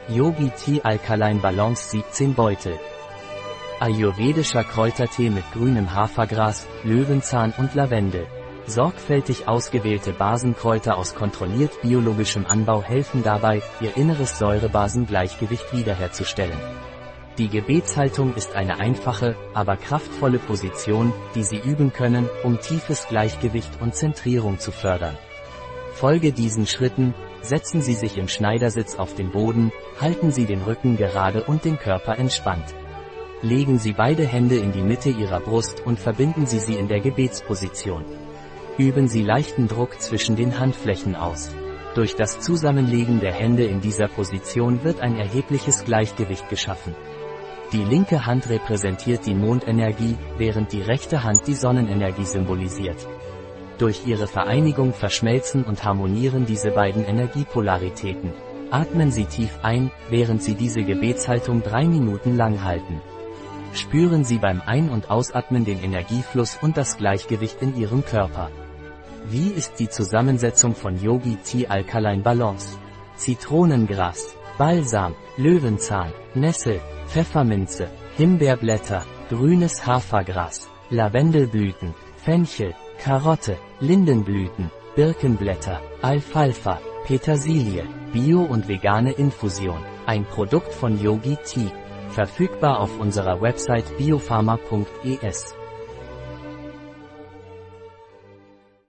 Yogi Tea Alkaline Balance 17 Beutel. Ayurvedischer Kräutertee mit grünem Hafergras, Löwenzahn und Lavendel. Sorgfältig ausgewählte Basenkräuter aus kontrolliert biologischem Anbau helfen dabei, Ihr inneres Säurebasengleichgewicht wiederherzustellen. Die Gebetshaltung ist eine einfache, aber kraftvolle Position, die Sie üben können, um tiefes Gleichgewicht und Zentrierung zu fördern. Folge diesen Schritten, setzen Sie sich im Schneidersitz auf den Boden, halten Sie den Rücken gerade und den Körper entspannt. Legen Sie beide Hände in die Mitte Ihrer Brust und verbinden Sie sie in der Gebetsposition. Üben Sie leichten Druck zwischen den Handflächen aus. Durch das Zusammenlegen der Hände in dieser Position wird ein erhebliches Gleichgewicht geschaffen. Die linke Hand repräsentiert die Mondenergie, während die rechte Hand die Sonnenenergie symbolisiert. Durch ihre Vereinigung verschmelzen und harmonieren diese beiden Energiepolaritäten. Atmen Sie tief ein, während Sie diese Gebetshaltung 3 Minuten lang halten. Spüren Sie beim Ein- und Ausatmen den Energiefluss und das Gleichgewicht in Ihrem Körper. Wie ist die Zusammensetzung von Yogi Tea Alkaline Balance? Zitronengras, Balsam, Löwenzahn, Nessel, Pfefferminze, Himbeerblätter, grünes Hafergras, Lavendelblüten, Fenchel, Karotte, Lindenblüten, Birkenblätter, Alfalfa, Petersilie, Bio- und vegane Infusion. Ein Produkt von Yogi Tea. Verfügbar auf unserer Website biopharma.es.